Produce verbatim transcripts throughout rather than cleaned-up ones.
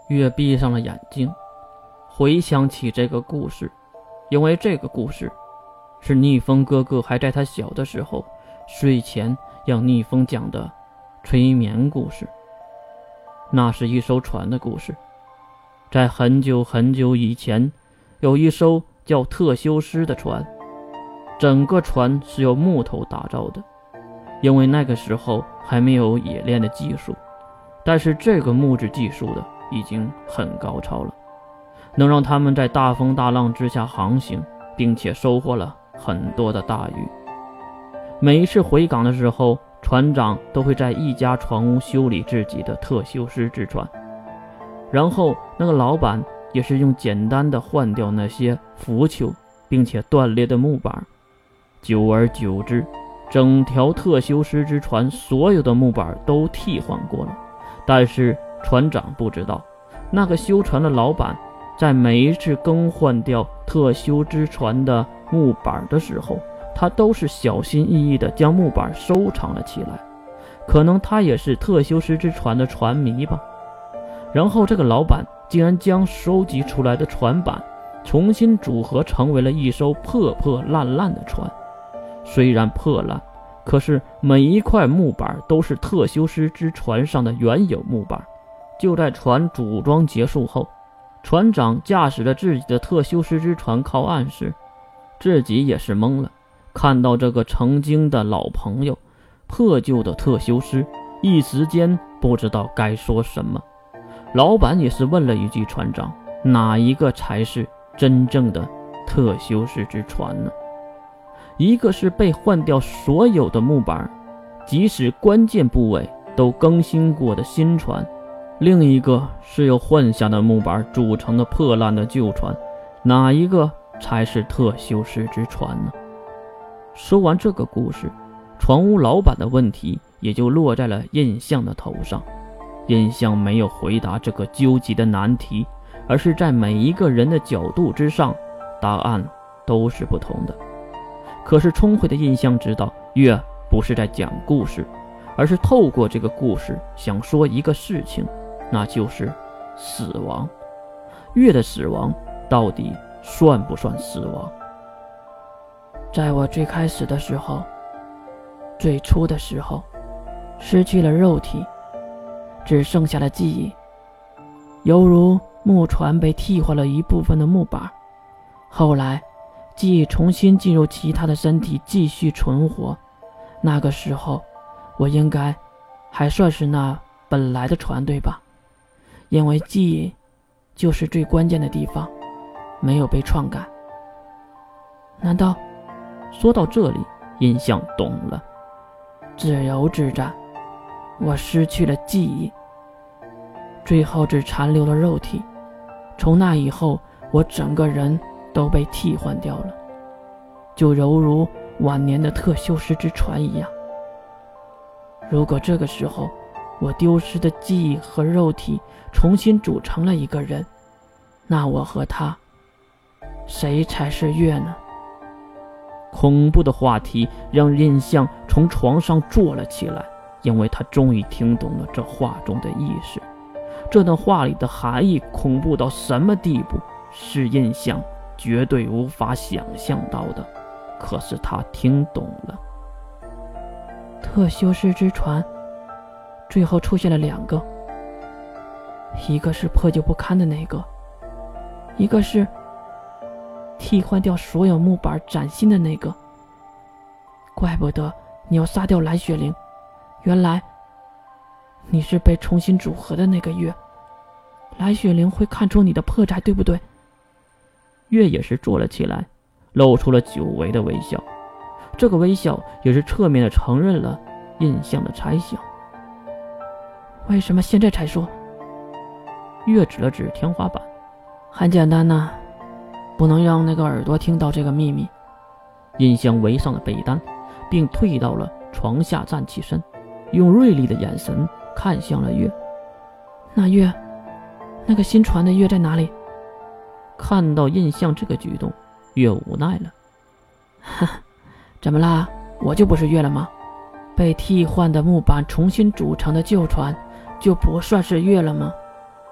月闭上了眼睛，回想起这个故事，因为这个故事是逆风哥哥还在他小的时候睡前让逆风讲的催眠故事。那是一艘船的故事，在很久很久以前，有一艘叫特修斯的船，整个船是由木头打造的，因为那个时候还没有冶炼的技术，但是这个木质技术的已经很高超了，能让他们在大风大浪之下航行，并且收获了很多的大鱼。每一次回港的时候，船长都会在一家船屋修理自己的特修斯之船，然后那个老板也是用简单的换掉那些腐朽并且断裂的木板。久而久之，整条特修斯之船所有的木板都替换过了，但是船长不知道，那个修船的老板在每一次更换掉特修之船的木板的时候，他都是小心翼翼地将木板收藏了起来。可能他也是特修斯之船的船迷吧。然后这个老板竟然将收集出来的船板重新组合成为了一艘破破烂烂的船。虽然破烂，可是每一块木板都是特修斯之船上的原有木板。就在船组装结束后，船长驾驶着自己的特修斯之船靠岸时，自己也是懵了。看到这个曾经的老朋友，破旧的特修斯，一时间不知道该说什么。老板也是问了一句船长，哪一个才是真正的特修斯之船呢？一个是被换掉所有的木板，即使关键部位都更新过的新船，另一个是由换下的木板组成的破烂的旧船，哪一个才是特修斯之船呢？说完这个故事，船屋老板的问题也就落在了印象的头上。印象没有回答这个究极的难题，而是在每一个人的角度之上，答案都是不同的。可是聪慧的印象知道，月不是在讲故事，而是透过这个故事想说一个事情，那就是死亡。月的死亡到底算不算死亡？ 在我最开始的时候，最初的时候，失去了肉体，只剩下了记忆，犹如木船被替换了一部分的木板。后来记忆重新进入其他的身体继续存活，那个时候我应该还算是那本来的船，对吧？因为记忆就是最关键的地方，没有被篡改。难道说到这里，印象懂了。 自由之战，我失去了记忆，最后只残留了肉体。从那以后，我整个人都被替换掉了，就犹如晚年的特修斯之船一样。如果这个时候我丢失的记忆和肉体重新组成了一个人，那我和他，谁才是月呢？ 恐怖的话题让印象从床上坐了起来，因为他终于听懂了这话中的意思。这段话里的含义恐怖到什么地步，是印象绝对无法想象到的，可是他听懂了。 特修斯之船最后出现了两个，一个是破旧不堪的那个，一个是替换掉所有木板崭新的那个。怪不得你要杀掉蓝雪灵，原来你是被重新组合的那个月。蓝雪灵会看出你的破绽，对不对？ 月也是坐了起来，露出了久违的微笑。这个微笑也是侧面的承认了印象的猜想。 为什么现在才说？ 月指了指天花板。 很简单呐、啊，不能让那个耳朵听到这个秘密。 印象围上了被单，并退到了床下，站起身，用锐利的眼神看向了月。 那月，那个新船的月在哪里？ 看到印象这个举动，月无奈了。 哈，怎么啦？我就不是月了吗？被替换的木板重新组成的旧船就不算是月了吗？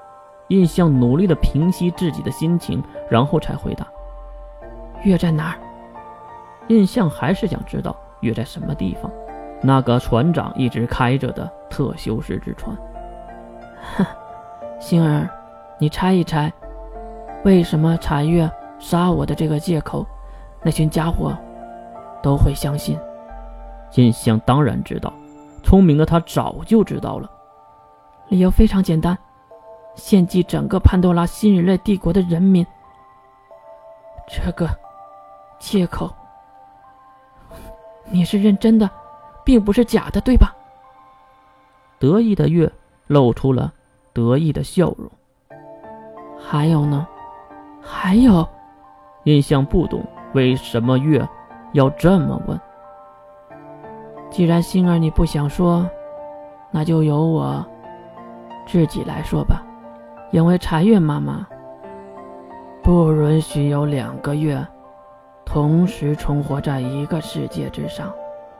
印象努力地平息自己的心情，然后才回答： 月在哪儿？ 印象还是想知道月在什么地方，那个船长一直开着的特修斯之船。 哼，星儿，你猜一猜，为什么查月杀我的这个借口，那群家伙都会相信？ 印象当然知道，聪明的他早就知道了。 理由非常简单，献祭整个潘多拉新人类帝国的人民。这个借口，你是认真的，并不是假的，对吧？ 得意的月露出了得意的笑容。 还有呢？还有？ 印象不懂为什么月要这么问。 既然星儿你不想说，那就由我自己来说吧。因为查月妈妈不允许有两个月同时存活在一个世界之上。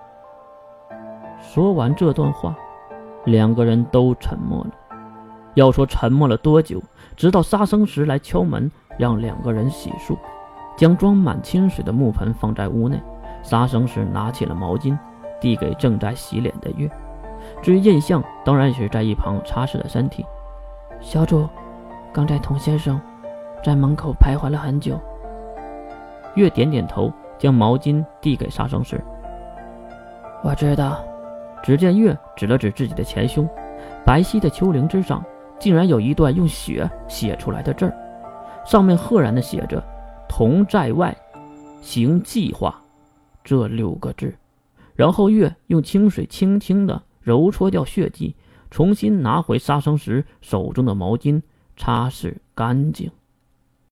说完这段话，两个人都沉默了。要说沉默了多久，直到杀生石来敲门，让两个人洗漱，将装满清水的木盆放在屋内。杀生石拿起了毛巾，递给正在洗脸的月。至于印象，当然也是在一旁擦拭了身体。 小主，刚才童先生在门口徘徊了很久。 月点点头，将毛巾递给杀生石。 我知道。 只见月指了指自己的前胸，白皙的丘陵之上竟然有一段用血写出来的字儿，上面赫然的写着同在外行计划这六个字。然后月用清水轻轻地揉搓掉血迹，重新拿回杀生石手中的毛巾，擦拭干净。